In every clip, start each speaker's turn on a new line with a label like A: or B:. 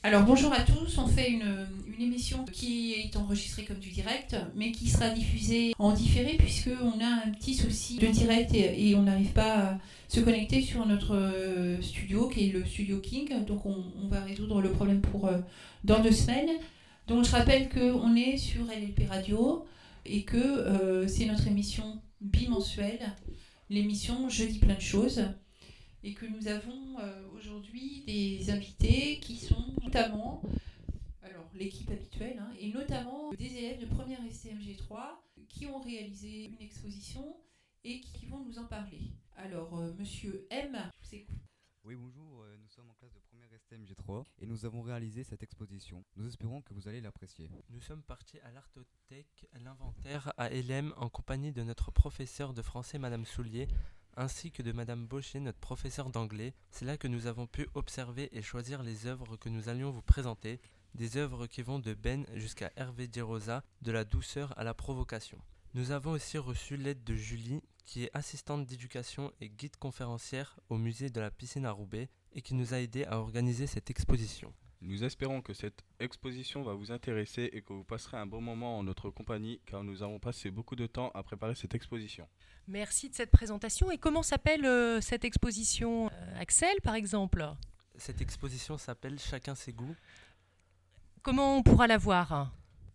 A: Alors bonjour à tous, on fait une émission qui est enregistrée comme du direct, mais qui sera diffusée en différé puisqu'on a un petit souci de direct et on n'arrive pas à se connecter sur notre studio qui est le Studio King. Donc on va résoudre le problème dans 2 semaines. Donc je rappelle qu'on est sur LLP Radio et que c'est notre émission bimensuelle, l'émission Je dis plein de choses. Et que nous avons aujourd'hui des invités qui sont notamment l'équipe habituelle, et notamment des élèves de première STMG3 qui ont réalisé une exposition et qui vont nous en parler. Alors, monsieur M, je vous écoute.
B: Oui, bonjour, nous sommes en classe de première STMG3 et nous avons réalisé cette exposition. Nous espérons que vous allez l'apprécier.
C: Nous sommes partis à l'Artothèque, l'inventaire à LM en compagnie de notre professeur de français Madame Soulier ainsi que de Madame Baucher, notre professeur d'anglais. C'est là que nous avons pu observer et choisir les œuvres que nous allions vous présenter, des œuvres qui vont de Ben jusqu'à Hervé Di Rosa, de la douceur à la provocation. Nous avons aussi reçu l'aide de Julie, qui est assistante d'éducation et guide conférencière au musée de la piscine à Roubaix et qui nous a aidé à organiser cette exposition.
D: Nous espérons que cette exposition va vous intéresser et que vous passerez un bon moment en notre compagnie car nous avons passé beaucoup de temps à préparer cette exposition.
E: Merci de cette présentation. Et comment s'appelle cette exposition Axel, par exemple?
C: Cette exposition s'appelle Chacun ses goûts.
E: Comment on pourra la voir?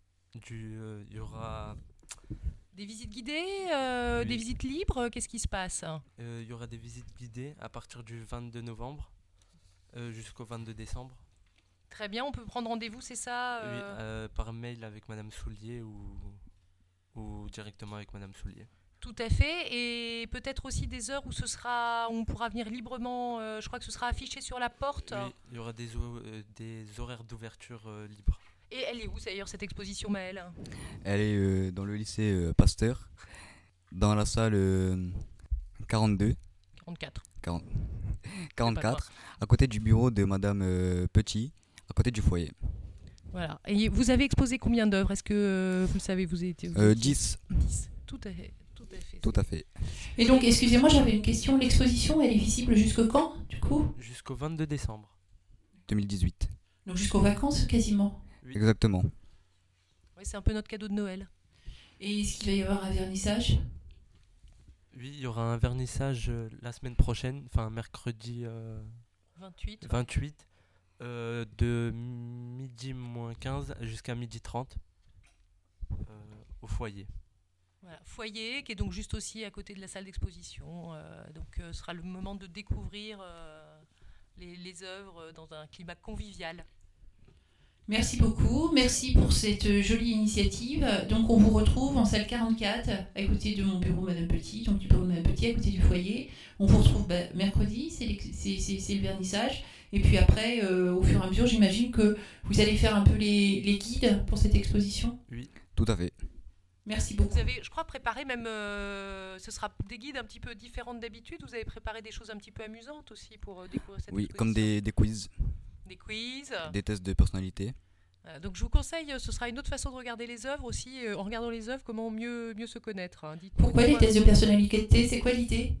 C: Il y aura...
E: Des visites guidées,
C: Oui.
E: Des visites libres, qu'est-ce qui se passe?
C: Il y aura des visites guidées à partir du 22 novembre jusqu'au 22 décembre.
E: Très bien, on peut prendre rendez-vous, c'est ça
C: Oui, par mail avec Madame Soulier ou directement avec Madame Soulier.
E: Tout à fait, et peut-être aussi des heures où on pourra venir librement, je crois que ce sera affiché sur la porte.
C: Oui, il y aura des horaires d'ouverture libres.
E: Et elle est où d'ailleurs cette exposition, Maëlle?
B: Elle est dans le lycée Pasteur, dans la salle 42,
E: 44.
B: 44, à côté du bureau de Madame Petit, à côté du foyer.
E: Voilà. Et vous avez exposé combien d'œuvres? Est-ce que vous le savez, vous étiez
B: 10.
E: 10. Tout à fait.
B: Tout à fait.
A: Et donc, excusez-moi, j'avais une question. L'exposition, elle est visible jusqu'au quand, du coup?
C: Jusqu'au 22 décembre.
B: 2018.
A: Donc jusqu'aux vacances, quasiment.
C: Oui.
B: Exactement.
E: Oui, c'est un peu notre cadeau de Noël.
A: Et est-ce qu'il va y avoir un vernissage?
C: Oui, il y aura un vernissage la semaine prochaine, enfin mercredi 28, de midi moins 15 jusqu'à midi 30 au foyer.
E: Voilà, foyer qui est donc juste aussi à côté de la salle d'exposition. Ce sera le moment de découvrir les œuvres dans un climat convivial.
A: Merci beaucoup, merci pour cette jolie initiative. Donc on vous retrouve en salle 44, à côté de mon bureau Madame Petit, donc du bureau de Madame Petit, à côté du foyer. On vous retrouve mercredi, c'est le vernissage. Et puis après, au fur et à mesure, j'imagine que vous allez faire un peu les guides pour cette exposition.
C: Oui.
B: Tout à fait.
A: Merci beaucoup.
E: Vous avez, je crois, préparé même, ce sera des guides un petit peu différents d'habitude. Vous avez préparé des choses un petit peu amusantes aussi pour découvrir cette
B: Oui,
E: exposition.
B: comme des quiz,
E: Des quiz.
B: des tests de personnalité.
E: Donc je vous conseille, ce sera une autre façon de regarder les œuvres aussi. En regardant les œuvres, comment mieux se connaître.
A: Pourquoi les tests de personnalité? C'est quoi l'idée?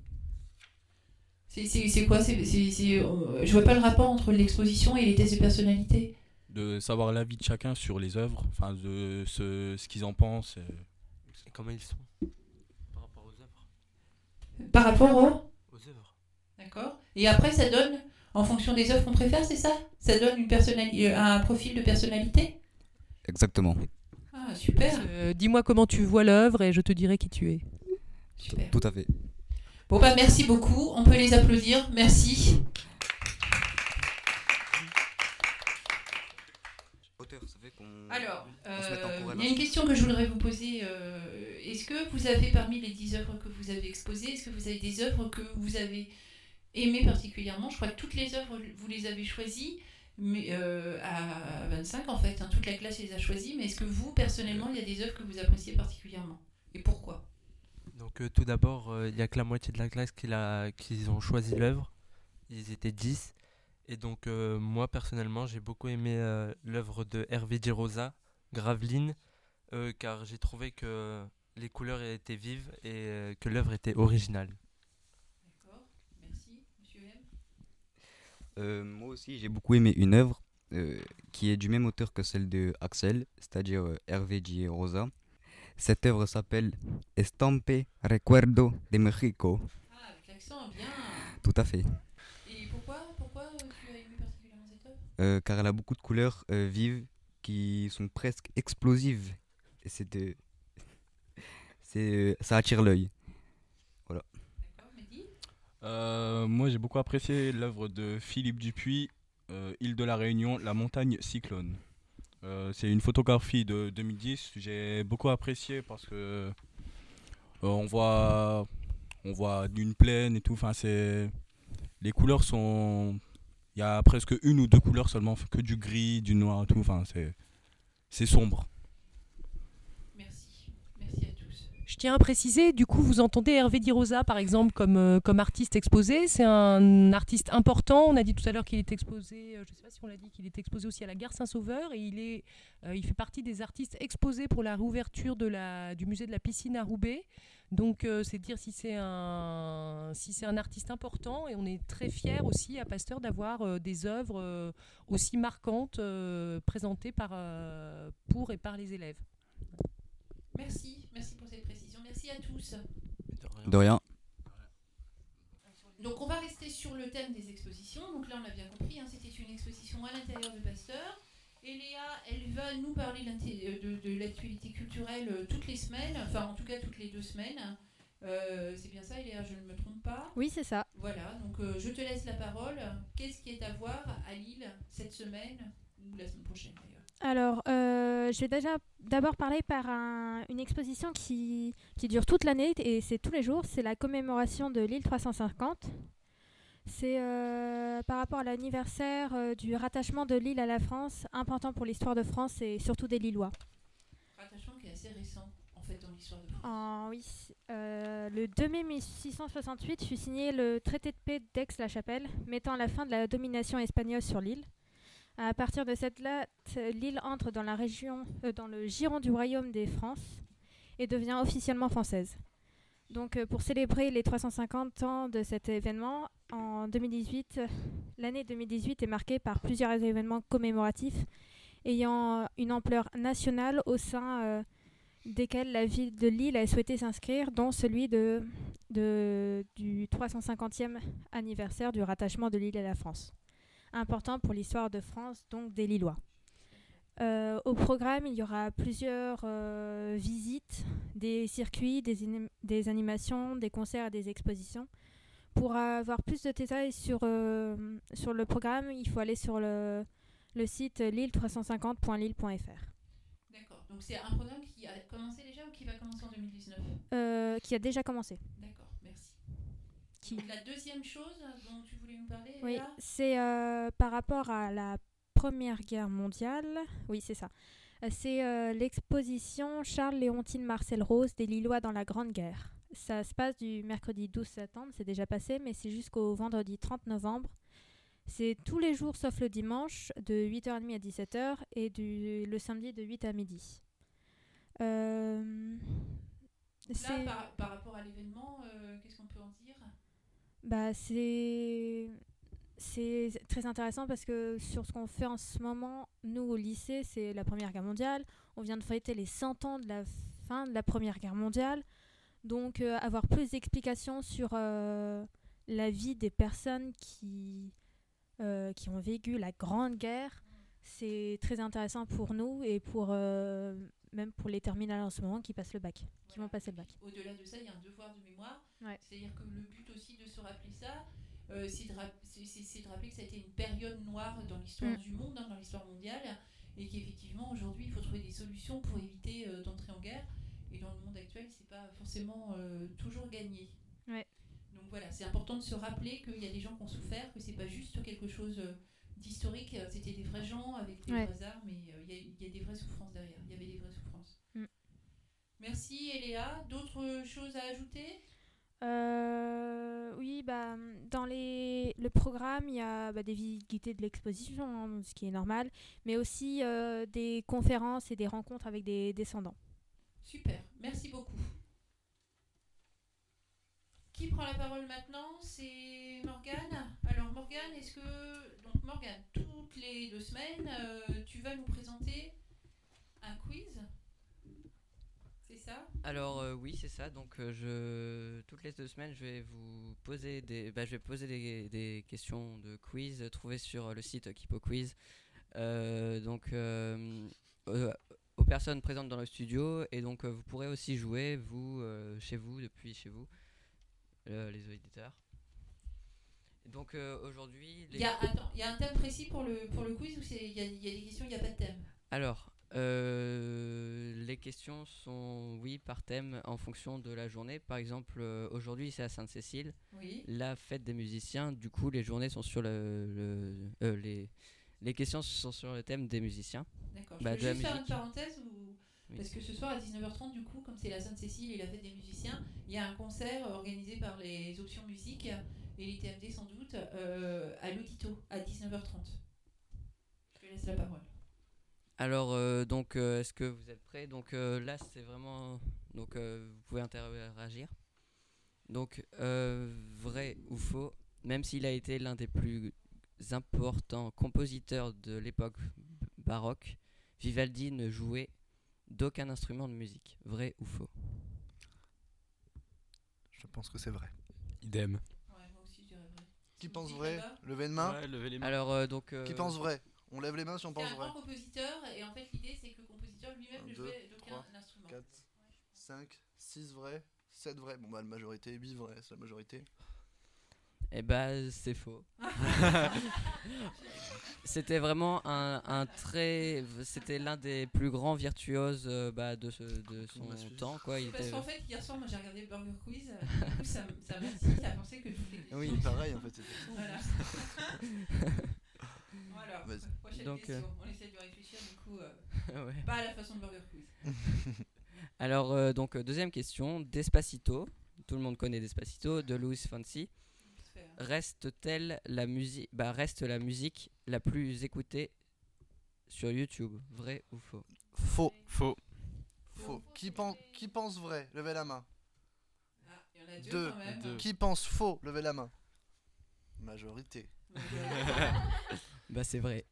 A: C'est quoi je vois pas le rapport entre l'exposition et les tests de personnalité.
D: De savoir l'avis de chacun sur les œuvres, enfin de ce qu'ils en pensent.
C: Et comment ils sont par rapport aux œuvres.
A: Par rapport
C: Aux œuvres.
A: D'accord. Et après, ça donne, en fonction des œuvres qu'on préfère, c'est ça? Ça donne un profil de personnalité?
B: Exactement.
A: Ah, super.
E: Dis-moi comment tu vois l'œuvre et je te dirai qui tu es.
A: Super.
B: Tout à fait.
A: Bon, merci beaucoup. On peut les applaudir. Merci. Alors, il y a une question que je voudrais vous poser. Est-ce que vous avez, parmi les 10 œuvres que vous avez exposées, est-ce que vous avez des œuvres que vous avez aimées particulièrement? Je crois que toutes les œuvres, vous les avez choisies, mais à 25 en fait. Toute la classe les a choisies. Mais est-ce que vous, personnellement, il y a des œuvres que vous appréciez particulièrement? Et pourquoi?
C: Donc tout d'abord, il n'y a que la moitié de la classe qui ont choisi l'œuvre. Ils étaient 10. Et donc moi personnellement j'ai beaucoup aimé l'œuvre de Hervé Di Rosa, Graveline, car j'ai trouvé que les couleurs étaient vives et que l'œuvre était originale.
A: D'accord, merci. Monsieur M.
B: Moi aussi j'ai beaucoup aimé une œuvre qui est du même auteur que celle de Axel, c'est-à-dire Hervé Di Rosa. Cette œuvre s'appelle Estampe Recuerdo de México.
A: Ah, avec l'accent, bien.
B: Tout à fait.
A: Et pourquoi tu as aimé particulièrement cette œuvre?
B: Car elle a beaucoup de couleurs vives qui sont presque explosives. Et ça attire l'œil. Voilà.
A: D'accord, Mehdi?
D: Moi, j'ai beaucoup apprécié l'œuvre de Philippe Dupuis, Île de la Réunion, La montagne cyclone. C'est une photographie de 2010. J'ai beaucoup apprécié parce que on voit d'une plaine et tout. Enfin, les couleurs sont. Il y a presque une ou deux couleurs seulement, que du gris, du noir et tout. Enfin, c'est sombre.
A: Merci. Merci à tous.
E: Je tiens à préciser, du coup, vous entendez Hervé Di Rosa, par exemple, comme artiste exposé. C'est un artiste important. On a dit tout à l'heure qu'il est exposé, je ne sais pas si on l'a dit, qu'il est exposé aussi à la Gare Saint-Sauveur. Et il fait partie des artistes exposés pour la réouverture du musée de la piscine à Roubaix. Donc, c'est dire si c'est un artiste important. Et on est très fiers aussi, à Pasteur, d'avoir des œuvres aussi marquantes présentées pour et par les élèves.
A: Merci pour cette précision. Merci à tous.
B: De rien.
A: Donc on va rester sur le thème des expositions. Donc là on a bien compris, c'était une exposition à l'intérieur de Pasteur. Et Léa, elle va nous parler de l'actualité culturelle toutes les semaines, enfin en tout cas toutes les 2 semaines. C'est bien ça, Léa, je ne me trompe pas?
F: Oui, c'est ça.
A: Voilà, donc je te laisse la parole. Qu'est-ce qui est à voir à Lille cette semaine ou la semaine prochaine d'ailleurs?
F: Alors, je vais d'abord parler par une exposition qui dure toute l'année et c'est tous les jours. C'est la commémoration de l'île 350. C'est par rapport à l'anniversaire du rattachement de l'île à la France, important pour l'histoire de France et surtout des Lillois.
A: Rattachement qui est assez récent en fait dans l'histoire de France.
F: Oui, le 2 mai 1668 fut signé le traité de paix d'Aix-la-Chapelle, mettant la fin de la domination espagnole sur l'île. À partir de cette date, l'île entre dans le giron du royaume des France et devient officiellement française. Donc, pour célébrer les 350 ans de cet événement, l'année 2018 est marquée par plusieurs événements commémoratifs ayant une ampleur nationale au sein desquels la ville de Lille a souhaité s'inscrire, dont celui du 350e anniversaire du rattachement de l'île à la France. Important pour l'histoire de France, donc des Lillois. Au programme, il y aura plusieurs visites, des circuits, des animations, des concerts et des expositions. Pour avoir plus de détails sur le programme, il faut aller sur le site lille350.lille.fr.
A: D'accord, donc c'est un programme qui a commencé déjà ou qui va commencer en 2019 ?
F: Qui a déjà commencé.
A: D'accord, merci. Donc, la deuxième chose dont tu voulais nous parler,
F: Oui,
A: là,
F: c'est par rapport à la Première Guerre mondiale. Oui, c'est ça. C'est l'exposition Charles-Léontine Marcel Rose des Lillois dans la Grande Guerre. Ça se passe du mercredi 12 septembre, c'est déjà passé, mais c'est jusqu'au vendredi 30 novembre. C'est tous les jours sauf le dimanche, de 8h30 à 17h, et le samedi de 8 à midi.
A: là, par rapport à l'événement, qu'est-ce qu'on peut en dire ?
F: C'est très intéressant parce que sur ce qu'on fait en ce moment, nous au lycée, c'est la Première Guerre mondiale. On vient de fêter les 100 ans de la fin de la Première Guerre mondiale. Donc avoir plus d'explications sur la vie des personnes qui ont vécu la Grande Guerre, c'est très intéressant pour nous et même pour les terminales en ce moment qui passent le bac, qui vont passer le bac.
A: Au-delà de ça, il y a un devoir de mémoire.
F: Ouais.
A: C'est-à-dire que le but aussi de se rappeler ça, c'est de rappeler que ça a été une période noire dans l'histoire du monde, dans l'histoire mondiale, et qu'effectivement aujourd'hui il faut trouver des solutions pour éviter d'entrer en guerre. Et dans le monde actuel, c'est pas forcément toujours gagné.
F: Ouais.
A: Donc voilà, c'est important de se rappeler qu'il y a des gens qui ont souffert, que c'est pas juste quelque chose d'historique. C'était des vrais gens avec des vraies armes, et il y a des vraies souffrances derrière. Il y avait des vraies souffrances. Merci Eléa. D'autres choses à ajouter ?
F: Oui, dans le programme, il y a des visites guidées de l'exposition, hein, ce qui est normal, mais aussi des conférences et des rencontres avec des descendants.
A: Super, merci beaucoup. Qui prend la parole maintenant ? C'est Morgane. Alors Morgane, donc Morgane, toutes les 2 semaines, tu vas nous présenter un quiz, c'est ça?
G: Alors oui, c'est ça. Donc toutes les 2 semaines, je vais vous poser des questions de quiz trouvées sur le site Kipo Quiz. Aux personnes présentes dans le studio, et donc vous pourrez aussi jouer chez vous, depuis chez vous, les auditeurs. Donc aujourd'hui,
A: Il y a un thème précis pour le quiz ou il y a des questions, il n'y a pas de thème?
G: Alors, les questions sont, oui, par thème en fonction de la journée. Par exemple, aujourd'hui c'est à Sainte-Cécile,
A: Oui.
G: la fête des musiciens. Du coup, les journées sont sur les questions sont sur le thème des musiciens.
A: D'accord.
G: Bah,
A: Je
G: de la
A: peux juste faire une
G: musique.
A: parenthèse
G: Oui.
A: parce que ce soir à 19h30, du coup, comme c'est la Sainte-Cécile et la fête des musiciens, il y a un concert organisé par les options musique et les TMD sans doute à l'Audito à 19h30. Je te laisse la parole.
G: Alors, est-ce que vous êtes prêts? Donc là, c'est vraiment... Donc, vous pouvez interagir. Donc, vrai ou faux, même s'il a été l'un des plus importants compositeurs de l'époque baroque, Vivaldi ne jouait d'aucun instrument de musique. Vrai ou faux?
H: Je pense que c'est vrai.
D: Idem.
A: Ouais, moi aussi je dirais vrai.
H: Qui
A: Vous
H: pense
A: dites
H: vrai?
A: là-bas
H: Levez une main.
D: Ouais, levez les mains.
G: Alors,
H: Qui pense vrai? On lève les mains si on
A: C'est
H: pense
A: un
H: vrai.
A: grand compositeur et en fait l'idée c'est que le compositeur lui-même ne
H: 1, 2,
A: jouait d'aucun
H: 3,
A: instrument.
H: 4, 5, 6 vrais, 7 vrais. Bon bah la majorité, 8 vrais, c'est la majorité.
G: Eh ben, c'est faux. C'était vraiment c'était l'un des plus grands virtuoses de son temps, quoi. Il
A: Parce
G: était...
A: qu'en fait hier soir moi j'ai regardé le Burger Quiz, du coup ça m'incite à penser que toutes les questions.
G: Oui.
H: Pareil en fait, c'était.
A: Voilà. Voilà.
H: Vas-y.
A: Prochaine
G: Donc,
A: question. On essaie de réfléchir du coup,
G: Ouais.
A: pas à la façon de Burger Quiz.
G: Alors, deuxième question. Despacito, tout le monde connaît Despacito, de Luis Fonsi. Reste la musique la plus écoutée sur YouTube? Vrai ou faux?
H: Faux.
D: Faux.
H: Faux. Qui pense vrai? Levez la main.
A: Ah, il y en a deux,
H: Deux.
A: quand même.
D: Deux.
H: Qui pense faux? Levez la main. Majorité.
G: Bah c'est vrai.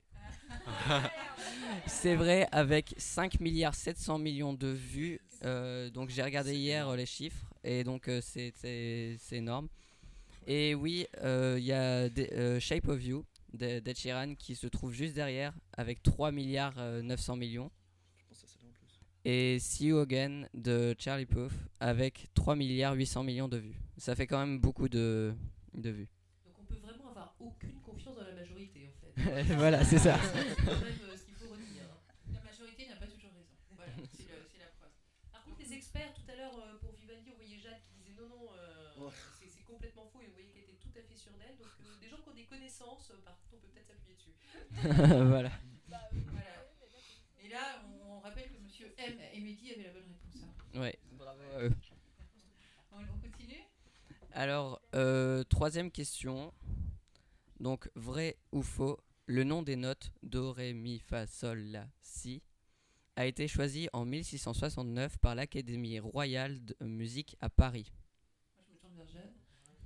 G: C'est vrai, avec 5 milliards 700 millions de vues. Donc j'ai regardé hier les chiffres et donc c'est énorme. Et oui, il y a Shape of You d'Ed Sheeran qui se trouve juste derrière avec 3 milliards 900 millions.
H: Je pense à celle-là en plus.
G: Et See You Again de Charlie Puth avec 3 milliards 800 millions de vues. Ça fait quand même beaucoup de vues.
E: Donc on peut vraiment avoir aucune confiance dans la majorité en fait.
G: Voilà, c'est ça.
E: C'est quand même ce qu'il faut retenir.
A: La majorité n'a pas toujours raison. Voilà, c'est la preuve.
E: Par contre, les experts, tout à l'heure, pour Vivaldi, on voyait Jade qui disait non, c'est complètement faux, et on voyait qu'elle était tout à fait sûre d'elle. Donc, des gens qui ont des connaissances, par contre, on peut peut-être s'appuyer dessus.
G: Voilà.
A: Voilà. Et là, on rappelle que monsieur M. et Mehdi avaient la bonne réponse. Hein.
G: Ouais, bravo à eux.
A: On continue?
G: Alors, troisième question. Donc, vrai ou faux, le nom des notes Do, Ré, Mi, Fa, Sol, La, Si a été choisi en 1669 par l'Académie royale de musique à Paris.
A: Moi, je me tourne vers Jade.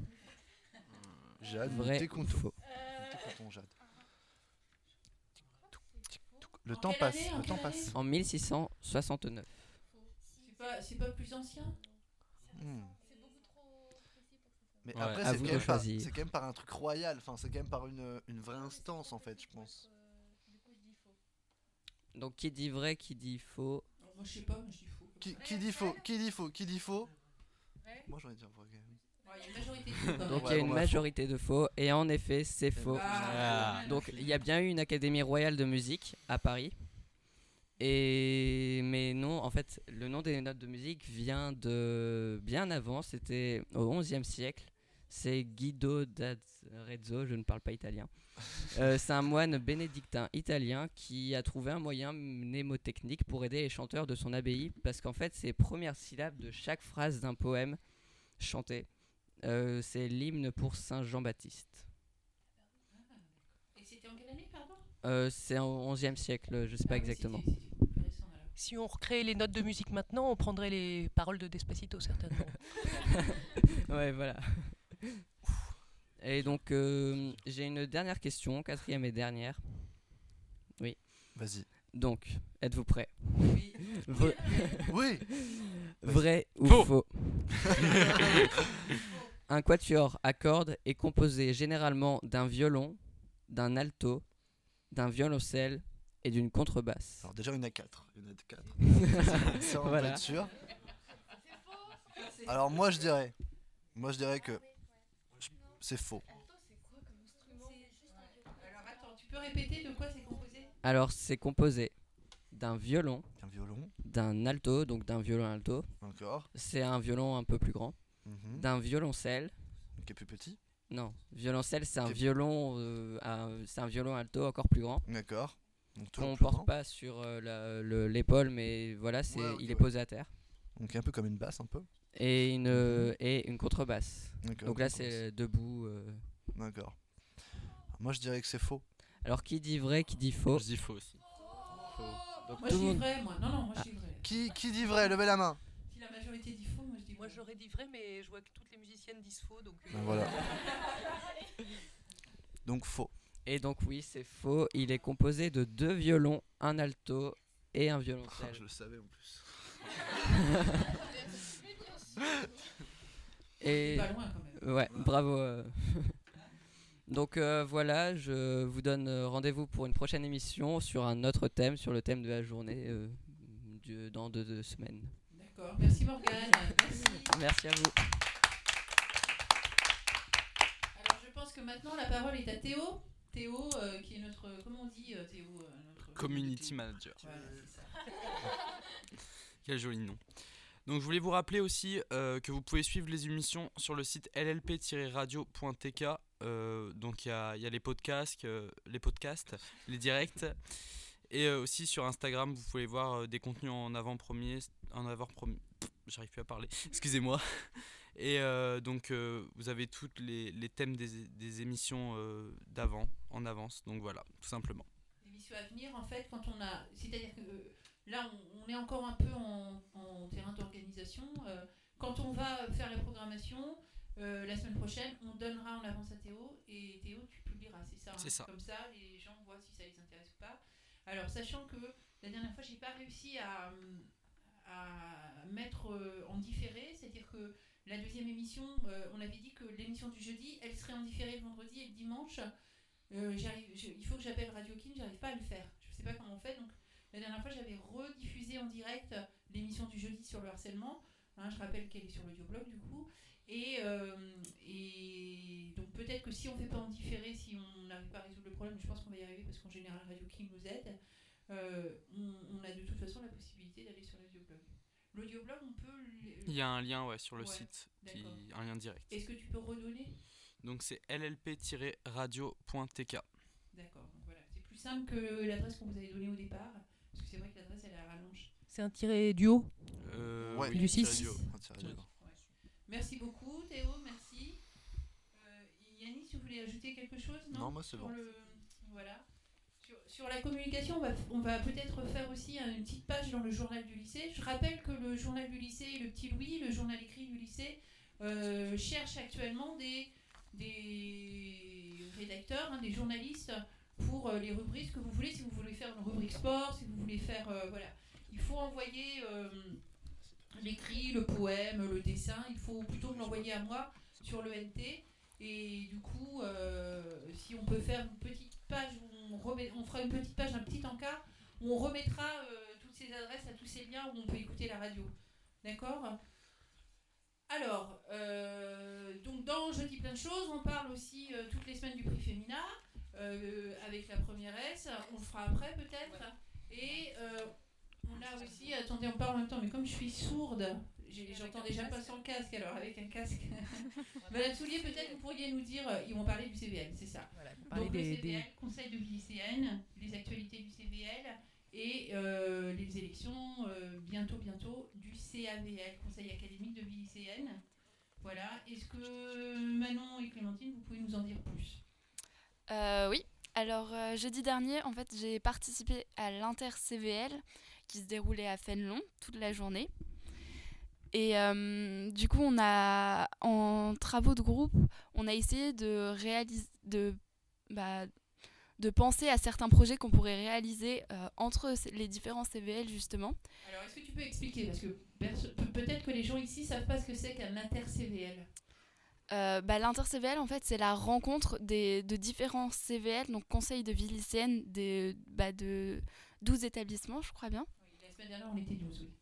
H: Jade,
G: Vrai
H: t'es
G: ou
H: content.
G: faux?
H: T'es content, Jade. Le
A: En
H: temps
A: quelle
H: passe,
A: année, en
H: le temps
A: quelle
H: passe.
G: En 1669.
A: C'est pas plus ancien?
H: Hmm. Mais
D: Ouais,
H: après,
G: à
H: c'est
G: vous
H: quand,
G: de
H: même par-
G: choisir.
H: c'est quand même par un truc royal, enfin, c'est quand même par une vraie instance en fait, je pense.
G: Donc, qui dit vrai, qui dit faux?
A: Alors, moi, je sais pas, mais je dis faux.
H: Qui dit faux? Qui dit faux? Qui dit faux? Moi j'aurais dit vrai quand même.
A: Ouais, il y a une majorité de faux, quand
G: Donc,
A: même.
G: il y a
H: bon,
G: une
H: bah,
G: majorité de faux. Et en effet, c'est faux.
A: Ah.
G: Donc il y a bien eu une académie royale de musique à Paris. Mais non, en fait, le nom des notes de musique vient de bien avant, c'était au XIe siècle. C'est Guido d'Arezzo, je ne parle pas italien. C'est un moine bénédictin italien qui a trouvé un moyen mnémotechnique pour aider les chanteurs de son abbaye, parce qu'en fait, ces premières syllabes de chaque phrase d'un poème chanté, c'est l'hymne pour Saint Jean-Baptiste.
A: Et c'était en quelle année, pardon?
G: C'est au XIe siècle, je sais pas
A: Ah oui,
G: exactement.
A: c'était plus récent, alors.
E: Si on recréait les notes de musique maintenant, on prendrait les paroles de Despacito certainement.
G: Ouais, voilà. Et donc, j'ai une dernière question, quatrième et dernière. Oui.
H: Vas-y.
G: Donc, êtes-vous prêts?
A: Oui.
G: Vrai,
H: Oui.
G: vrai ou
C: Faux.
G: faux? Un quatuor à cordes est composé généralement d'un violon, d'un alto, d'un violoncelle et d'une contrebasse.
H: Alors déjà, il y en a 4. Ça, on
G: Voilà.
H: peut être sûr. Alors moi, je dirais que c'est faux.
A: Alors attends, tu peux répéter de quoi c'est composé?
G: Alors, c'est composé d'un violon,
H: Un violon,
G: d'un alto, donc d'un violon alto.
H: encore.
G: C'est un violon un peu plus grand.
H: Mhm.
G: D'un violoncelle.
H: Qui est plus petit.
G: Non, violoncelle, c'est un
H: Ok.
G: violon, c'est un violon alto encore plus grand.
H: D'accord. Donc
G: Qu'on
H: toujours
G: ne
H: plus
G: porte
H: grand.
G: pas sur l'épaule, mais voilà,
H: Ouais, ok,
G: il est
H: ouais.
G: posé à terre.
H: Donc un peu comme une basse, un peu.
G: Et une contrebasse.
H: D'accord.
G: Donc là, c'est debout.
H: D'accord. Moi, je dirais que c'est faux.
G: Alors, qui dit vrai, qui dit faux?
C: Je dis faux aussi.
G: Donc,
A: Moi
G: tout
A: je
G: le
A: dis
G: monde.
A: vrai, moi. Non, moi je dis vrai.
H: Qui dit vrai? Levez la main.
A: Si la majorité dit faux, moi je dis
E: Moi
A: vrai.
E: j'aurais dit vrai, mais je vois que toutes les musiciennes disent faux, donc.
H: Ben voilà. Donc faux.
G: Et donc, oui, c'est faux. Il est composé de 2 violons, un alto et un violoncelle.
H: Je le savais en plus.
G: Et
A: C'est pas loin quand même.
G: ouais, bravo. Donc voilà, je vous donne rendez-vous pour une prochaine émission sur un autre thème, sur le thème de la journée dans 2 semaines.
A: D'accord. Merci Morgane. Merci.
G: Merci à vous.
A: Alors je pense que maintenant la parole est à Théo. Théo, qui est notre. Comment on dit Théo notre
C: Community manager.
A: Voilà, c'est ça.
C: Quel joli nom. Donc je voulais vous rappeler aussi que vous pouvez suivre les émissions sur le site llp-radio.tk. Donc il y a les podcasts, les directs. Et aussi sur Instagram, vous pouvez voir des contenus en avant-première. J'arrive plus à parler, excusez-moi. Et donc vous avez tous les thèmes des émissions d'avant, en avance. Donc voilà, tout simplement.
A: L'émission à venir, en fait, quand on a. C'est-à-dire que là, on est encore un peu en terrain d'organisation. Quand on va faire la programmation, la semaine prochaine, on donnera en avance à Théo. Et Théo, tu publieras, c'est ça, hein.
C: C'est ça.
A: Comme ça, les gens voient si ça les intéresse ou pas. Alors, sachant que la dernière fois, j'ai pas réussi à mettre en différé, c'est-à-dire que la deuxième émission, on avait dit que l'émission du jeudi, elle serait en différé le vendredi et le dimanche. Il faut que j'appelle Radio Kin, j'arrive pas à le faire. Je sais pas comment on fait. Donc la dernière fois, j'avais rediffusé en direct l'émission du jeudi sur le harcèlement. Hein, je rappelle qu'elle est sur l'audioblog du coup. Et donc peut-être que si on fait pas en différé, si on n'arrive pas à résoudre le problème, je pense qu'on va y arriver parce qu'en général Radio Kin nous aide. On a de toute façon la possibilité d'aller sur l'audioblog. L'audioblog, on peut.
C: Il y a un lien sur le
A: Ouais,
C: site,
A: d'accord.
C: un lien direct.
A: Est-ce que tu peux redonner?
C: Donc c'est llp-radio.tk.
A: D'accord, donc voilà. C'est plus simple que l'adresse qu'on vous avait donnée au départ, parce que c'est vrai que l'adresse elle est à rallonge.
E: C'est un tiré du haut.
H: Ouais,
E: Du six.
H: radio. Un tiré du haut.
A: Merci beaucoup Théo, merci. Yannis, tu voulais ajouter quelque chose?
H: Non, moi, c'est
A: Sur
H: bon.
A: Voilà. Sur la communication, on va peut-être faire aussi une petite page dans le journal du lycée. Je rappelle que le journal du lycée, le petit Louis, le journal écrit du lycée, cherche actuellement des rédacteurs, hein, des journalistes pour les rubriques que vous voulez. Si vous voulez faire une rubrique sport, si vous voulez faire... voilà. Il faut envoyer l'écrit, le poème, le dessin. Il faut plutôt me l'envoyer à moi sur le NT. Et du coup, si on peut faire une petite page, on fera une petite page, un petit encart, où on remettra toutes ces adresses à tous ces liens où on peut écouter la radio. D'accord ? Alors, donc dans Je dis plein de choses, on parle aussi toutes les semaines du prix Fémina, avec la première S, on le fera après peut-être. Et on a aussi, attendez, on parle en même temps, mais comme je suis sourde, j'entends déjà pas sans casque, alors avec un casque. Madame Soulier, peut-être vous pourriez nous dire, ils vont parler du CVL, c'est ça.
E: Voilà,
A: Donc le CVL, Conseil de vie lycéenne, les actualités du CVL et les élections bientôt du CAVL, Conseil académique de vie lycéenne. Voilà. Est-ce que Manon et Clémentine, vous pouvez nous en dire plus?
I: Oui. Alors jeudi dernier, en fait, j'ai participé à l'inter-CVL qui se déroulait à Fénelon toute la journée. Et du coup, en travaux de groupe, on a essayé de de penser à certains projets qu'on pourrait réaliser entre les différents CVL justement.
A: Alors est-ce que tu peux expliquer, parce que peut-être que les gens ici ne savent pas ce que c'est qu'un inter-CVL.
I: L'inter-CVL, en fait, c'est la rencontre de différents CVL, donc conseils de vie lycéenne de 12 établissements, je crois bien.
A: Oui, la semaine dernière, on était 12, oui.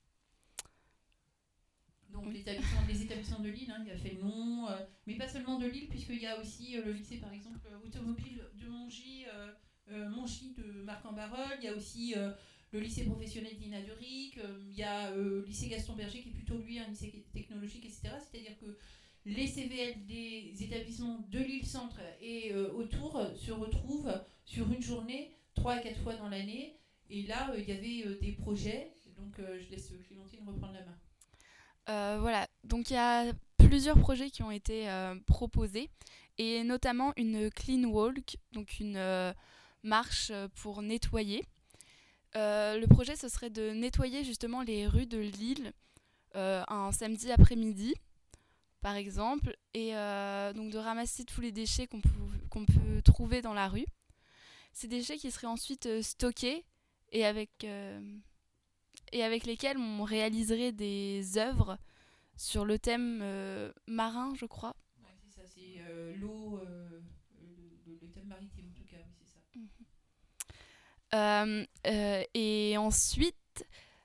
A: Donc
I: Oui.
A: les établissements de Lille, il y a Fénelon, mais pas seulement de Lille, puisqu'il y a aussi le lycée, par exemple, automobile de Mongy de Marc-en-Barœul, il y a aussi le lycée professionnel d'Ina de Ric, il y a le lycée Gaston Berger, qui est plutôt, lui, un lycée technologique, etc. C'est-à-dire que les CVL des établissements de Lille-Centre et autour se retrouvent sur une journée, 3 à 4 fois dans l'année. Et là, il y avait des projets. Donc, je laisse Clémentine reprendre la main.
I: Voilà, donc il y a plusieurs projets qui ont été proposés, et notamment une clean walk, donc une marche pour nettoyer. Le projet, ce serait de nettoyer justement les rues de Lille un samedi après-midi, par exemple, et donc de ramasser tous les déchets qu'on peut trouver dans la rue. Ces déchets qui seraient ensuite stockés et avec lesquels on réaliserait des œuvres sur le thème marin, je crois.
A: Ouais, c'est ça, c'est l'eau, le thème maritime en tout cas, oui, c'est ça.
I: Et ensuite,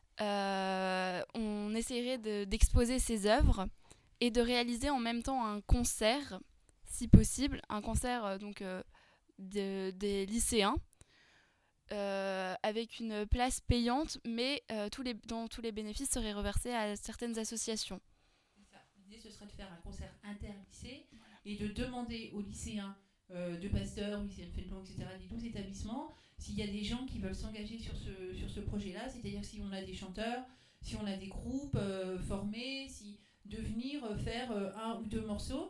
I: on essaierait d'exposer ces œuvres et de réaliser en même temps un concert, si possible, un concert des lycéens, avec une place payante, mais dont tous les bénéfices seraient reversés à certaines associations.
A: C'est ça. L'idée, ce serait de faire un concert inter-lycée et de demander aux lycéens de Pasteur, lycéens de Fénelon, etc., des 12 établissements, s'il y a des gens qui veulent s'engager sur ce projet-là, c'est-à-dire si on a des chanteurs, si on a des groupes formés, de venir faire un ou deux morceaux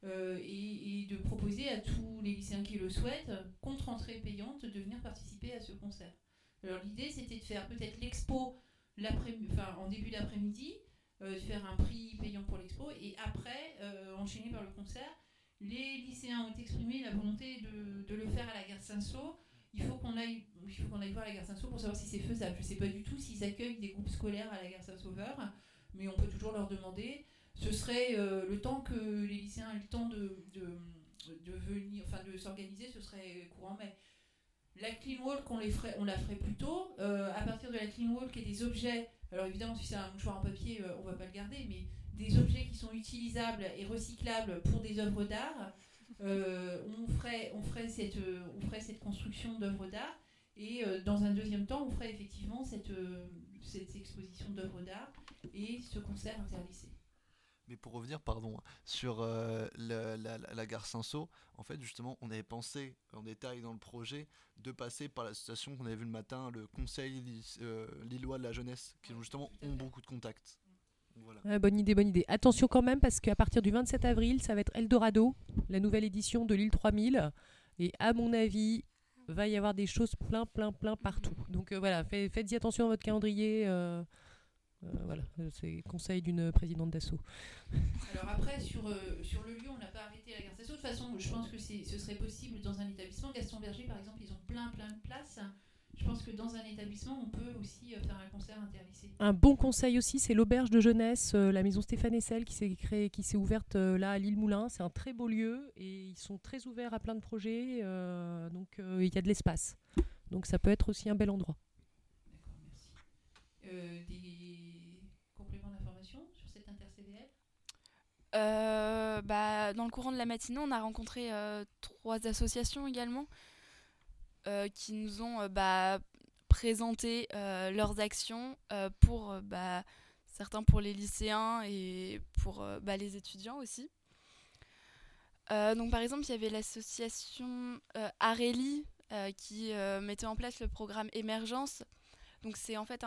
A: et de proposer à tous les lycéens qui le souhaitent, contre entrée payante, de venir participer à ce concert. Alors l'idée, c'était de faire peut-être l'expo en début d'après-midi, de faire un prix payant pour l'expo, et après, enchaîné par le concert. Les lycéens ont exprimé la volonté de le faire à la gare Saint-Saul. Il faut qu'on aille voir la gare Saint-Saul pour savoir si c'est faisable. Je ne sais pas du tout s'ils accueillent des groupes scolaires à la gare Saint-Sauveur, mais on peut toujours leur demander. Ce serait le temps que les lycéens aient le temps de venir, de s'organiser, ce serait courant mai. La clean walk, on la ferait plus tôt. À partir de la clean walk et des objets, alors évidemment si c'est un mouchoir en papier, on ne va pas le garder, mais des objets qui sont utilisables et recyclables pour des œuvres d'art, on ferait cette construction d'œuvres d'art, et dans un deuxième temps, on ferait effectivement cette exposition d'œuvres d'art et ce concert interlycée.
H: Mais pour revenir, sur la gare Saint-Saul, en fait, justement, on avait pensé en détail dans le projet de passer par l'association qu'on avait vu le matin, le Conseil lillois de la jeunesse, qui justement ont beaucoup de contacts. Voilà.
E: Ouais, bonne idée. Attention quand même, parce qu'à partir du 27 avril, ça va être Eldorado, la nouvelle édition de Lille 3000. Et à mon avis, va y avoir des choses plein partout. Donc voilà, faites-y attention à votre calendrier. Voilà, c'est conseil d'une présidente d'assaut.
A: Alors après, sur le lieu, on n'a pas arrêté la gare Saint-Saul. De toute façon, je pense que ce serait possible dans un établissement. Gaston Berger, par exemple, ils ont plein de places. Je pense que dans un établissement, on peut aussi faire un concert interlycée.
E: Un bon conseil aussi, c'est l'auberge de jeunesse, la maison Stéphane Hessel qui s'est ouverte là à Lille-Moulin. C'est un très beau lieu et ils sont très ouverts à plein de projets. Donc il y a de l'espace. Donc ça peut être aussi un bel endroit.
A: D'accord, merci. Des compléments d'information sur cette inter-CVL ?
I: Dans le courant de la matinée, on a rencontré 3 associations également qui nous ont présenté leurs actions pour certains pour les lycéens et pour les étudiants aussi. Donc par exemple, il y avait l'association Areli qui mettait en place le programme Émergence. Donc c'est en fait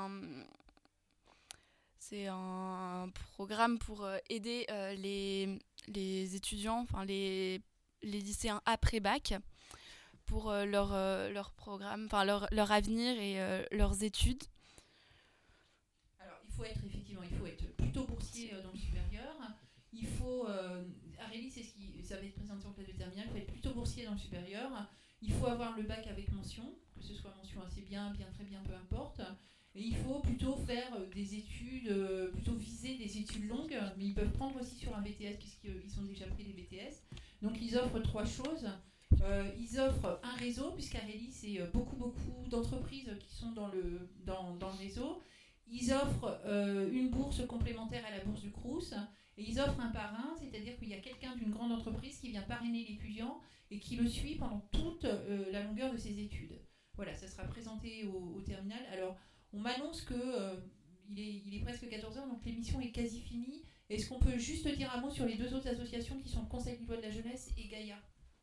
I: un programme pour aider les étudiants, les lycéens après bac, pour leur programme, leur avenir et leurs études.
A: Alors il faut être plutôt boursier dans le supérieur. Areli, ça va être présenté en classe de terminale. Il faut être plutôt boursier dans le supérieur. il faut avoir le bac avec mention, que ce soit mention assez bien, bien, très bien, peu importe. Et il faut plutôt faire des études, plutôt viser des études longues, mais ils peuvent prendre aussi sur un BTS puisqu'ils ont déjà pris des BTS. Donc ils offrent 3 choses. Ils offrent un réseau, puisqu'Areli, c'est beaucoup d'entreprises qui sont dans le réseau. Ils offrent une bourse complémentaire à la bourse du Crous. Et ils offrent un parrain, c'est-à-dire qu'il y a quelqu'un d'une grande entreprise qui vient parrainer l'étudiant et qui le suit pendant toute la longueur de ses études. Voilà, ça sera présenté au terminal. Alors, on m'annonce qu'il est presque 14h, donc l'émission est quasi finie. Est-ce qu'on peut juste dire un mot sur les 2 autres associations qui sont le Conseil lillois de la jeunesse et Gaïa ?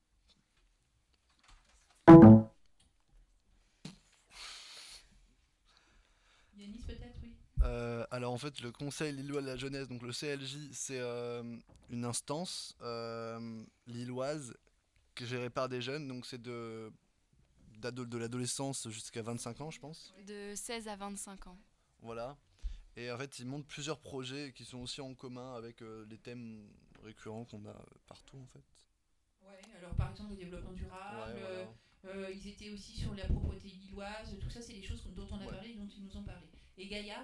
A: Yanis, peut-être, oui.
H: Alors en fait, le Conseil lillois de la jeunesse, donc le CLJ, c'est une instance lilloise gérée par des jeunes, donc c'est de l'adolescence jusqu'à 25 ans, je pense.
I: De 16 à 25 ans.
H: Voilà. Et en fait, ils montent plusieurs projets qui sont aussi en commun avec les thèmes récurrents qu'on a partout, en fait.
A: Ouais, alors par exemple le développement durable,
H: Ouais, voilà.
A: ils étaient aussi sur la propreté lilloise, tout ça c'est des choses dont on a parlé, dont ils nous ont parlé. Et Gaïa,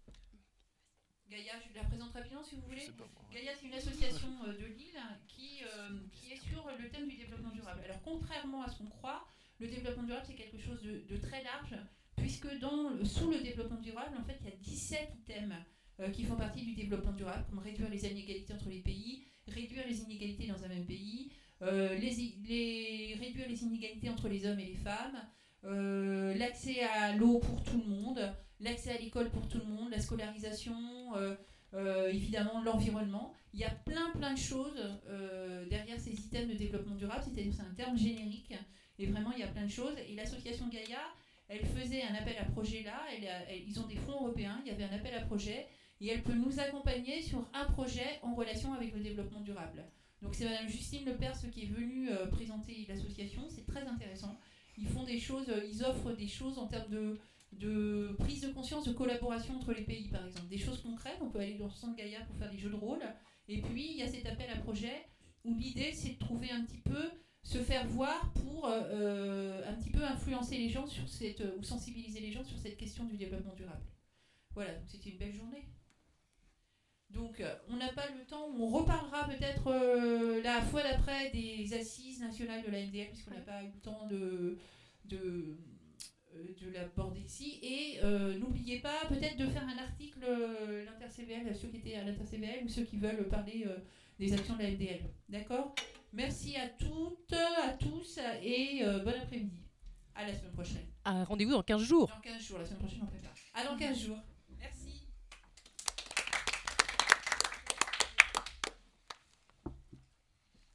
A: je la présente rapidement si vous voulez. Gaïa, c'est une association de Lille qui est sur le thème du développement durable. Alors contrairement à ce qu'on croit, le développement durable c'est quelque chose de très large, puisque sous le développement durable, en fait, il y a 17 items qui font partie du développement durable, comme réduire les inégalités entre les pays, réduire les inégalités dans un même pays, réduire les inégalités entre les hommes et les femmes, l'accès à l'eau pour tout le monde, l'accès à l'école pour tout le monde, la scolarisation, évidemment l'environnement. Il y a plein de choses derrière ces items de développement durable, c'est-à-dire c'est un terme générique, et vraiment il y a plein de choses. Et l'association Gaïa, elle faisait un appel à projet là, ils ont des fonds européens, il y avait un appel à projet, et elle peut nous accompagner sur un projet en relation avec le développement durable. Donc c'est Madame Justine Lepers qui est venue présenter l'association, c'est très intéressant. Ils font des choses, ils offrent des choses en termes de prise de conscience, de collaboration entre les pays par exemple. Des choses concrètes, on peut aller dans le centre Gaïa pour faire des jeux de rôle. Et puis il y a cet appel à projet où l'idée c'est de trouver un petit peu, se faire voir pour un petit peu influencer les gens sur ou sensibiliser les gens sur cette question du développement durable. Voilà, donc c'était une belle journée. Donc on n'a pas le temps, on reparlera peut-être la fois d'après des assises nationales de la MDL, puisqu'on n'a pas eu le temps de l'aborder ici. Et n'oubliez pas peut-être de faire un article, l'Inter-CVL, ceux qui étaient à l'Inter-CVL ou ceux qui veulent parler des actions de la MDL. D'accord ? Merci à toutes, à tous et bon après-midi. À la semaine prochaine.
E: Rendez-vous dans 15 jours.
A: Dans 15 jours, la semaine prochaine on prépare. À dans 15 jours.